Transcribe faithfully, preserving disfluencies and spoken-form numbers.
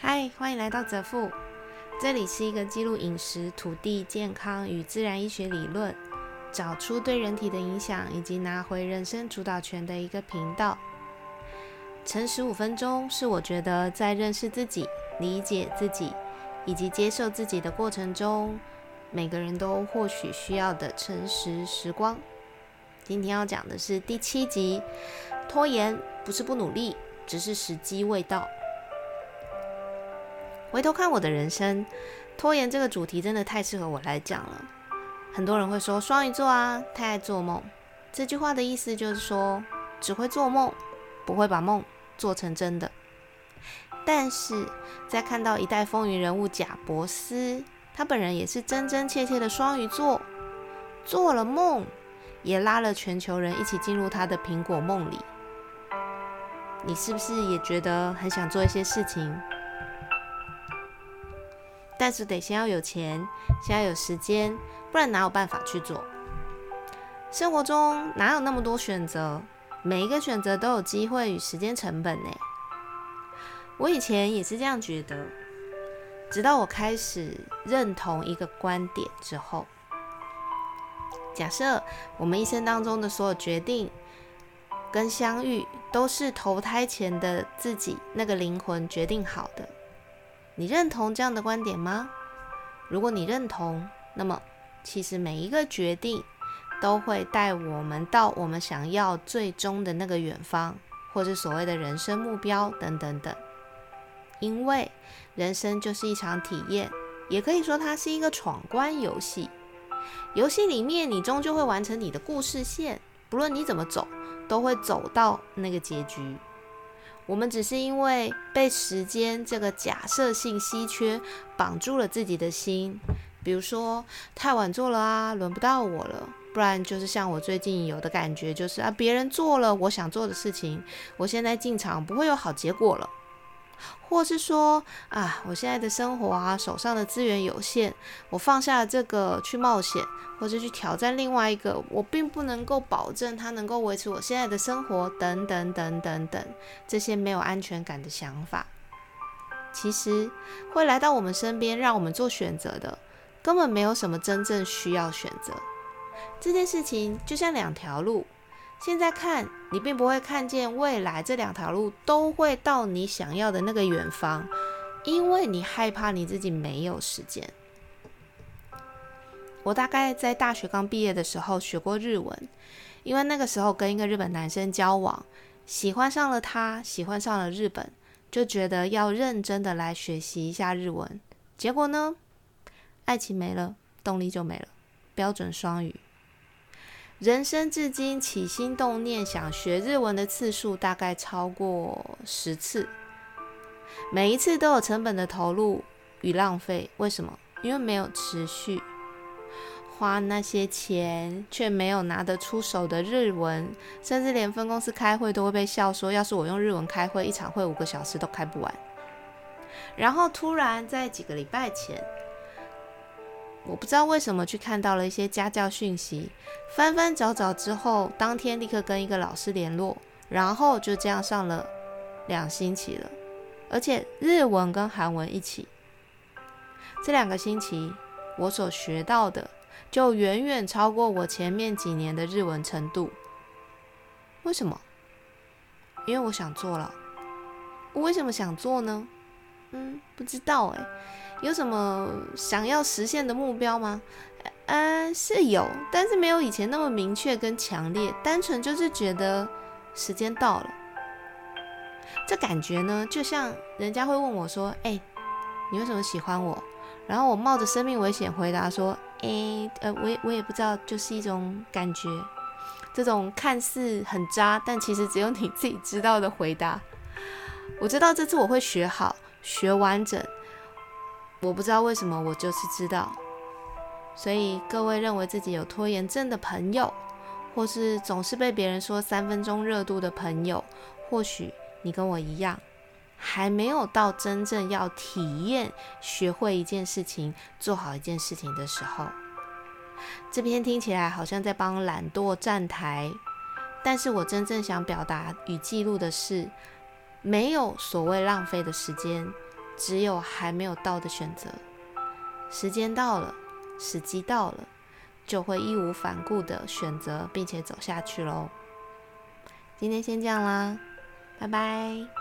嗨，欢迎来到泽富，这里是一个记录饮食、土地、健康与自然医学理论，找出对人体的影响，以及拿回人生主导权的一个频道。晨十五分钟是我觉得在认识自己、理解自己以及接受自己的过程中，每个人都或许需要的诚实时光。今天要讲的是第七集，拖延不是不努力，只是时机未到。回头看我的人生，拖延这个主题真的太适合我来讲了。很多人会说双鱼座啊，太爱做梦。这句话的意思就是说，只会做梦，不会把梦做成真的。但是在看到一代风云人物贾伯斯，他本人也是真真切切的双鱼座，做了梦，也拉了全球人一起进入他的苹果梦里。你是不是也觉得很想做一些事情？但是得先要有钱，先要有时间，不然哪有办法去做？生活中哪有那么多选择？每一个选择都有机会与时间成本呢。我以前也是这样觉得，直到我开始认同一个观点之后，假设我们一生当中的所有决定跟相遇，都是投胎前的自己那个灵魂决定好的。你认同这样的观点吗？如果你认同，那么其实每一个决定都会带我们到我们想要最终的那个远方，或是所谓的人生目标等等等。因为人生就是一场体验，也可以说它是一个闯关游戏。游戏里面你终究会完成你的故事线，不论你怎么走，都会走到那个结局。我们只是因为被时间这个假设性稀缺绑住了自己的心，比如说太晚做了啊，轮不到我了，不然就是像我最近有的感觉，就是啊，别人做了我想做的事情，我现在进场不会有好结果了，或是说啊，我现在的生活啊，手上的资源有限，我放下了这个去冒险，或者去挑战另外一个，我并不能够保证它能够维持我现在的生活，等等等等等，这些没有安全感的想法，其实会来到我们身边，让我们做选择的，根本没有什么真正需要选择。这件事情就像两条路，现在看你并不会看见未来这两条路都会到你想要的那个远方，因为你害怕你自己没有时间。我大概在大学刚毕业的时候学过日文，因为那个时候跟一个日本男生交往，喜欢上了他，喜欢上了日本，就觉得要认真的来学习一下日文。结果呢，爱情没了，动力就没了，标准双语。人生至今起心动念想学日文的次数大概超过十次，每一次都有成本的投入与浪费。为什么？因为没有持续，花那些钱却没有拿得出手的日文，甚至连分公司开会都会被笑说，要是我用日文开会，一场会五个小时都开不完。然后突然在几个礼拜前，我不知道为什么去看到了一些家教讯息，翻翻找找之后，当天立刻跟一个老师联络，然后就这样上了两星期了，而且日文跟韩文一起。这两个星期我所学到的就远远超过我前面几年的日文程度。为什么？因为我想做了。我为什么想做呢？嗯，不知道欸。有什么想要实现的目标吗？呃，是有，但是没有以前那么明确跟强烈，单纯就是觉得时间到了。这感觉呢，就像人家会问我说，哎，你为什么喜欢我？然后我冒着生命危险回答说，哎，呃，我也我也不知道，就是一种感觉。这种看似很渣，但其实只有你自己知道的回答。我知道这次我会学好，学完整。我不知道为什么，我就是知道。所以各位认为自己有拖延症的朋友，或是总是被别人说三分钟热度的朋友，或许你跟我一样，还没有到真正要体验学会一件事情，做好一件事情的时候。这篇听起来好像在帮懒惰站台，但是我真正想表达与记录的是，没有所谓浪费的时间， 只有还没有到的选择。时间到了，时机到了，就会义无反顾的选择并且走下去咯。今天先这样啦，拜拜。